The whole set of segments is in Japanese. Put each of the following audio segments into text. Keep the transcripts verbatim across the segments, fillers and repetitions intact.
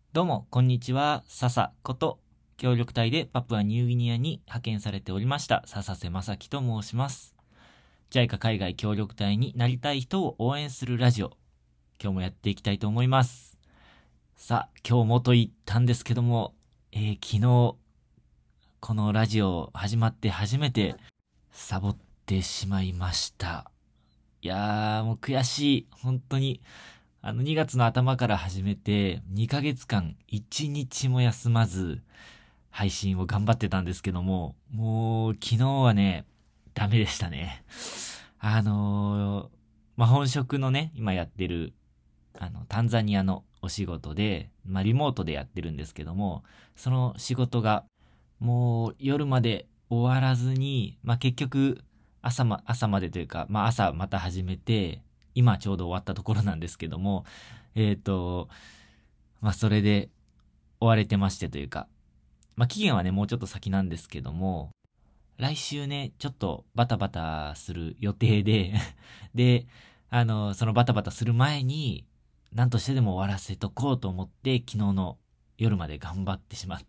どうも、こんにちは。笹こと協力隊でパプアニューギニアに派遣されておりました笹瀬正樹と申します。ジャイカ 海外協力隊になりたい人を応援するラジオ、今日もやっていきたいと思います。さあ、今日もと言ったんですけども、えー、昨日このラジオ始まって初めてサボってしまいました。いやー、もう悔しい。本当に。あのにがつの頭から始めてにかげつかんいちにちも休まず配信を頑張ってたんですけども、もう昨日はね、ダメでしたね。あのー、まあ、本職のね、今やってる、あの、タンザニアのお仕事で、まあ、リモートでやってるんですけども、その仕事がもう夜まで終わらずに、まあ、結局朝ま、朝までというか、まあ、朝また始めて、今ちょうど終わったところなんですけども、えっと、まあ、それで追われてましてというか、まあ、期限はね、もうちょっと先なんですけども、来週ね、ちょっとバタバタする予定でで、あの、そのバタバタする前に、何としてでも終わらせとこうと思って、昨日の夜まで頑張ってしまって、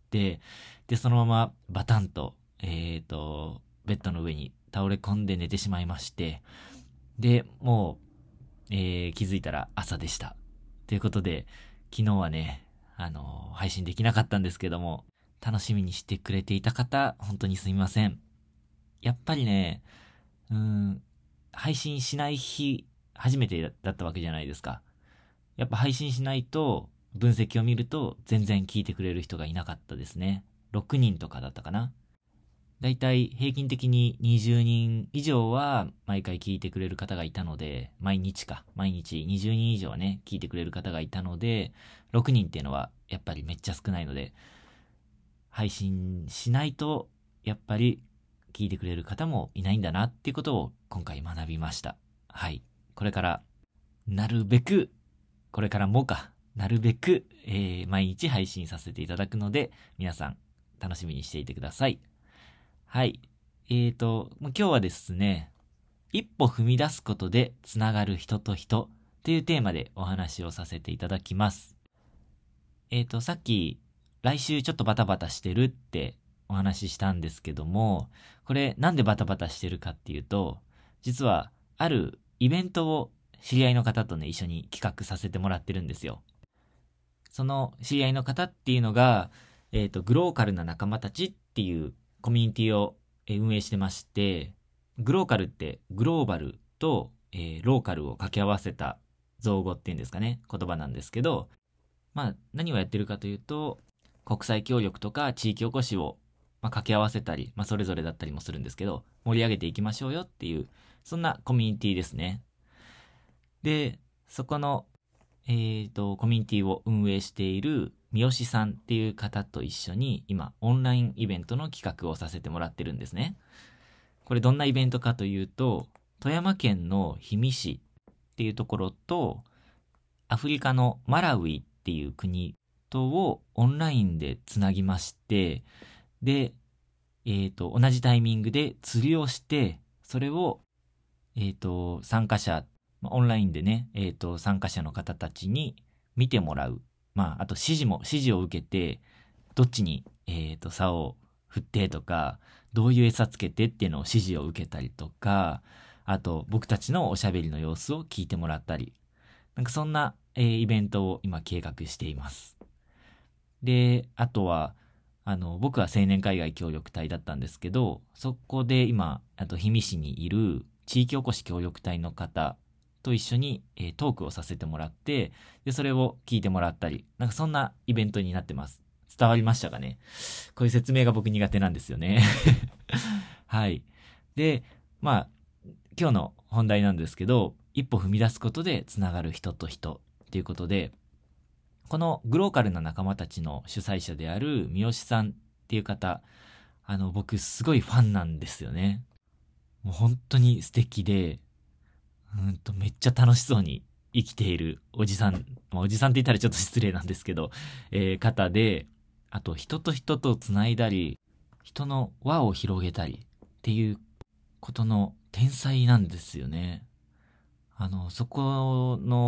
で、そのままバタンと、えっと、ベッドの上に倒れ込んで寝てしまいまして、で、もう、えー、気づいたら朝でした。ということで、昨日はね、あの、配信できなかったんですけども、楽しみにしてくれていた方、本当にすみません。やっぱりね、うーん、配信しない日、初めてだったわけじゃないですか。やっぱ配信しないと、分析を見ると全然聞いてくれる人がいなかったですね。ろくにんとかだったかな。だいたい平均的ににじゅうにん以上は毎回聞いてくれる方がいたので、毎日か、毎日にじゅうにん以上はね、聞いてくれる方がいたので、ろくにんっていうのはやっぱりめっちゃ少ないので、配信しないと、やっぱり聞いてくれる方もいないんだなっていうことを今回学びました。はい。これから、なるべく、これからもか、なるべく、えー、毎日配信させていただくので、皆さん、楽しみにしていてください。はい。えーと、今日はですね、一歩踏み出すことでつながる人と人というテーマでお話をさせていただきます。えーと、さっき、来週ちょっとバタバタしてるってお話ししたんですけども、これなんでバタバタしてるかっていうと、実は、あるイベントを知り合いの方とね、一緒に企画させてもらってるんですよ。その知り合いの方っていうのが、えっと、グローカルな仲間たちっていうコミュニティをえー運営してまして、グローカルってグローバルと、えーローカルを掛け合わせた造語っていうんですかね、言葉なんですけど、まあ、何をやってるかというと、国際協力とか地域おこしを、まあ、掛け合わせたり、まあ、それぞれだったりもするんですけど、盛り上げていきましょうよっていう、そんなコミュニティですね。で、そこの、えっと、コミュニティを運営している三好さんっていう方と一緒に、今、オンラインイベントの企画をさせてもらってるんですね。これどんなイベントかというと、富山県の氷見市っていうところと、アフリカのマラウイっていう国とをオンラインでつなぎまして、で、えっと、同じタイミングで釣りをして、それを、えっと、参加者、まあオンラインでね、えっと、参加者の方たちに見てもらう。まあ、あと指示も、指示を受けて、どっちに、えっと、竿を振ってとか、どういう餌つけてっていうのを指示を受けたりとか、あと、僕たちのおしゃべりの様子を聞いてもらったり、なんかそんな、えーイベントを今計画しています。で、あとは、あの、僕は青年海外協力隊だったんですけど、そこで今、あと、氷見市にいる地域おこし協力隊の方と一緒に、えートークをさせてもらって、で、それを聞いてもらったり、なんかそんなイベントになってます。伝わりましたかね。こういう説明が僕苦手なんですよね。はい。で、まあ、今日の本題なんですけど、一歩踏み出すことでつながる人と人っていうことで、このグローカルな仲間たちの主催者である三好さんっていう方、あの、僕すごいファンなんですよね。もう本当に素敵で、うんとめっちゃ楽しそうに生きているおじさん、まあ、おじさんって言ったらちょっと失礼なんですけど、えー方で、あと人と人とつないだり、人の輪を広げたりっていうことの天才なんですよね。あの、そこの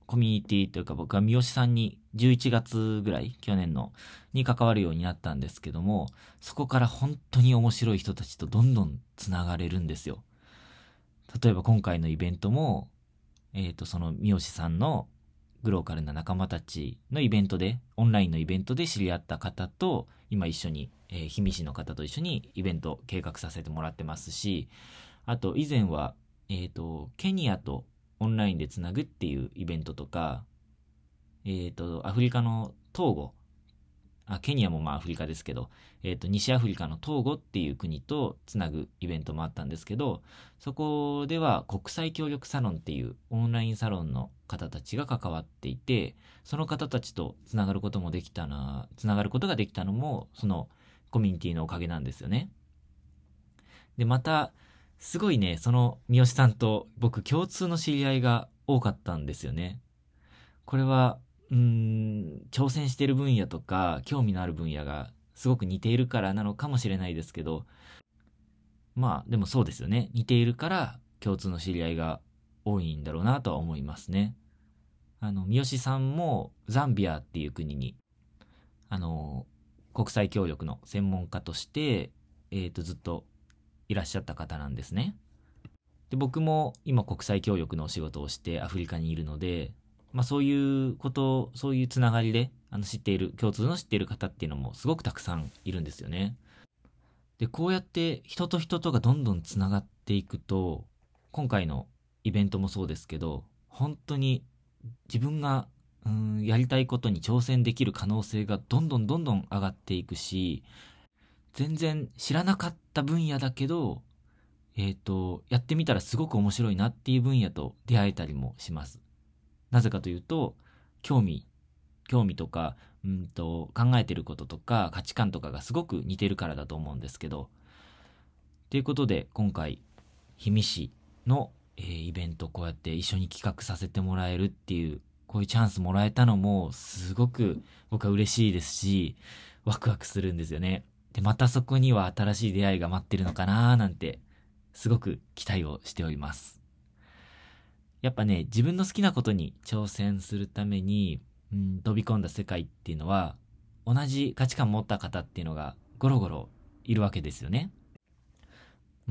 コミュニティというか僕は三好さんにじゅういちがつぐらい、去年の、に関わるようになったんですけども、そこから本当に面白い人たちとどんどんつながれるんですよ。例えば今回のイベントも、えっと、その三好さんのグローカルな仲間たちのイベントで、オンラインのイベントで知り合った方と、今一緒に、えー、氷見市の方と一緒にイベント計画させてもらってますし、あと以前は、えっと、ケニアとオンラインでつなぐっていうイベントとか、えっと、アフリカのトーゴ、あ、ケニアもまあアフリカですけど、えっと、西アフリカのトーゴっていう国とつなぐイベントもあったんですけど、そこでは国際協力サロンっていうオンラインサロンの方たちが関わっていて、その方たちとつながることもできたな、つながることができたのも、そのコミュニティのおかげなんですよね。で、また、すごいね、その三好さんと僕共通の知り合いが多かったんですよね。これは、うーん、挑戦している分野とか、興味のある分野がすごく似ているからなのかもしれないですけど、まあ、でもそうですよね。似ているから共通の知り合いが多いんだろうなとは思いますね。あの、三好さんもザンビアっていう国に、あの、国際協力の専門家として、えっと、ずっといらっしゃった方なんですね。で、僕も今国際協力のお仕事をしてアフリカにいるので、まあそういうこと、そういうつながりで、あの知っている、共通の知っている方っていうのもすごくたくさんいるんですよね。で、こうやって人と人とがどんどんつながっていくと、今回のイベントもそうですけど、本当に自分が、うん、やりたいことに挑戦できる可能性がどんどんどんどん上がっていくし、全然知らなかった分野だけど、えっと、やってみたらすごく面白いなっていう分野と出会えたりもします。なぜかというと、興味、興味とか、うんと、考えてることとか価値観とかがすごく似てるからだと思うんですけど、ということで、今回、氷見市の、えーイベントこうやって一緒に企画させてもらえるっていう、こういうチャンスもらえたのも、すごく僕は嬉しいですし、ワクワクするんですよね。で、またそこには新しい出会いが待ってるのかなーなんて、すごく期待をしております。やっぱね、自分の好きなことに挑戦するために、うん、飛び込んだ世界っていうのは、同じ価値観持った方っていうのがゴロゴロいるわけですよね。うん。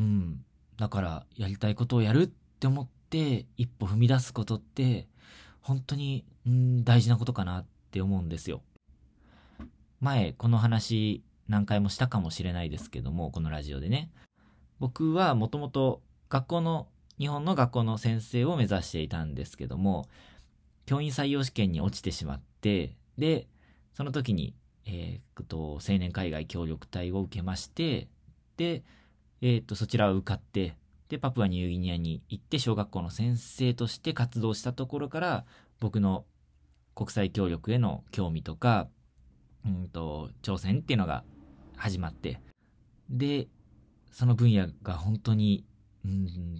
だから、やりたいことをやるって思って、一歩踏み出すことって、本当に、うん、大事なことかなって思うんですよ。前、この話何回もしたかもしれないですけども、このラジオでね。僕はもともと学校の、日本の学校の先生を目指していたんですけども、教員採用試験に落ちてしまって、で、その時に、えーっと、青年海外協力隊を受けまして、で、えーっと、そちらを受かって、で、パプアニューギニアに行って小学校の先生として活動したところから、僕の国際協力への興味とか、うんと、挑戦っていうのが始まって、で、その分野が本当に、うん、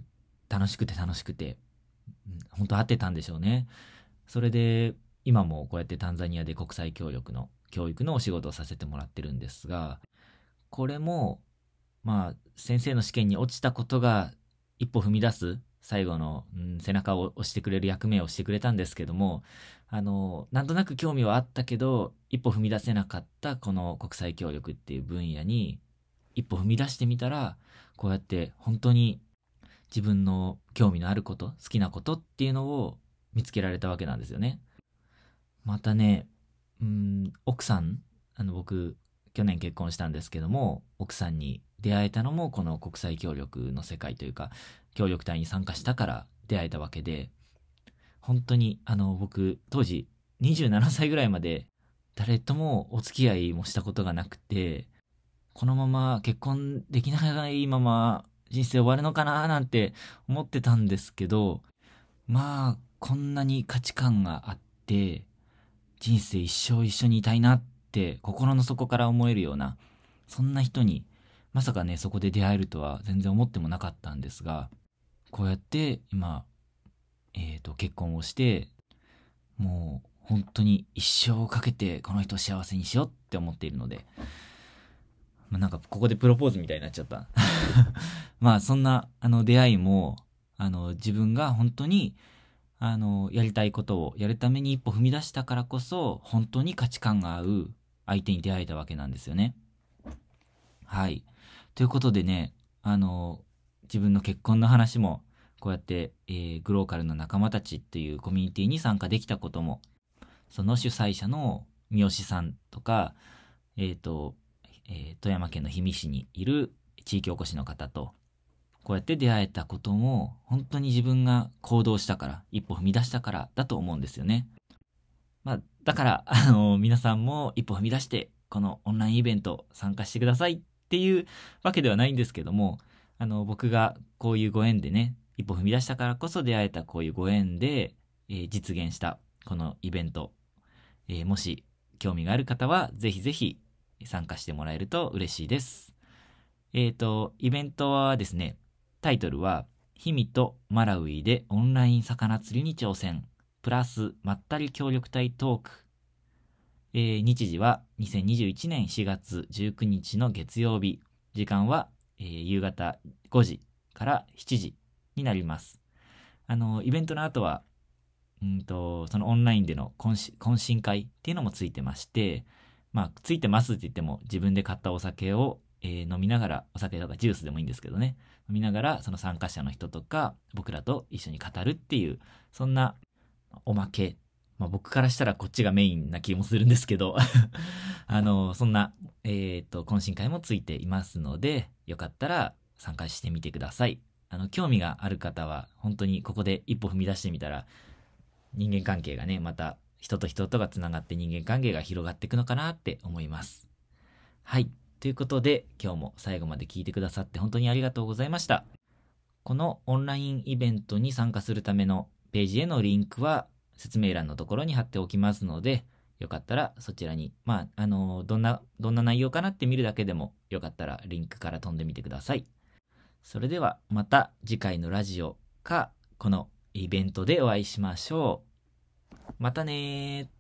楽しくて楽しくて、うん、本当合ってたんでしょうね。それで、今もこうやってタンザニアで国際協力の教育のお仕事をさせてもらってるんですが、これも、まあ、先生の試験に落ちたことが一歩踏み出す最後の、うん、背中を押してくれる役目をしてくれたんですけども、あの、なんとなく興味はあったけど、一歩踏み出せなかったこの国際協力っていう分野に一歩踏み出してみたら、こうやって本当に自分の興味のあること、好きなことっていうのを見つけられたわけなんですよね。またね、うん、奥さん、あの僕、去年結婚したんですけども、奥さんに出会えたのもこの国際協力の世界というか、協力隊に参加したから出会えたわけで、本当にあの僕、当時にじゅうななさいぐらいまで誰ともお付き合いもしたことがなくて、このまま結婚できないまま人生終わるのかななんて思ってたんですけど、まあ、こんなに価値観があって、人生一生一緒にいたいなって心の底から思えるような、そんな人に、まさかね、そこで出会えるとは全然思ってもなかったんですが、こうやって今、えっと、結婚をして、もう本当に一生をかけてこの人を幸せにしようって思っているので、まあ、なんかここでプロポーズみたいになっちゃった。まあそんなあの出会いも、あの自分が本当にあの、やりたいことをやるために一歩踏み出したからこそ、本当に価値観が合う相手に出会えたわけなんですよね。はい。ということでね、あの、自分の結婚の話も、こうやって、えーグローカルの仲間たちっていうコミュニティに参加できたことも、その主催者の三好さんとか、えっ、と、えー富山県の氷見市にいる地域おこしの方と、こうやって出会えたことも、本当に自分が行動したから、一歩踏み出したからだと思うんですよね。まあ、だから、あの、皆さんも一歩踏み出して、このオンラインイベント参加してくださいっていうわけではないんですけども、あの、僕がこういうご縁でね、一歩踏み出したからこそ出会えたこういうご縁で、えー実現したこのイベント、えーもし興味がある方は、ぜひぜひ参加してもらえると嬉しいです。えっ、と、イベントはですね、タイトルは、氷見とマラウイでオンライン魚釣りに挑戦、プラスまったり協力隊トーク。えー日時はにせんにじゅういちねんしがつじゅうくにちの月曜日。時間は、えー夕方ごじからしちじになります。あの、イベントの後は、うんと、そのオンラインでの懇親懇親会っていうのもついてまして、まあ、ついてますって言っても自分で買ったお酒を、えー飲みながら、お酒とかジュースでもいいんですけどね、飲みながらその参加者の人とか僕らと一緒に語るっていう、そんなおまけ。まあ僕からしたらこっちがメインな気もするんですけど、あの、そんな、えっと、懇親会もついていますので、よかったら参加してみてください。あの、興味がある方は、本当にここで一歩踏み出してみたら、人間関係がね、また人と人とがつながって人間関係が広がっていくのかなって思います。はい。ということで、今日も最後まで聞いてくださって本当にありがとうございました。このオンラインイベントに参加するためのページへのリンクは説明欄のところに貼っておきますので、よかったらそちらに、まあ、あの、どんな、どんな内容かなって見るだけでも、よかったらリンクから飛んでみてください。それではまた次回のラジオか、このイベントでお会いしましょう。またねー。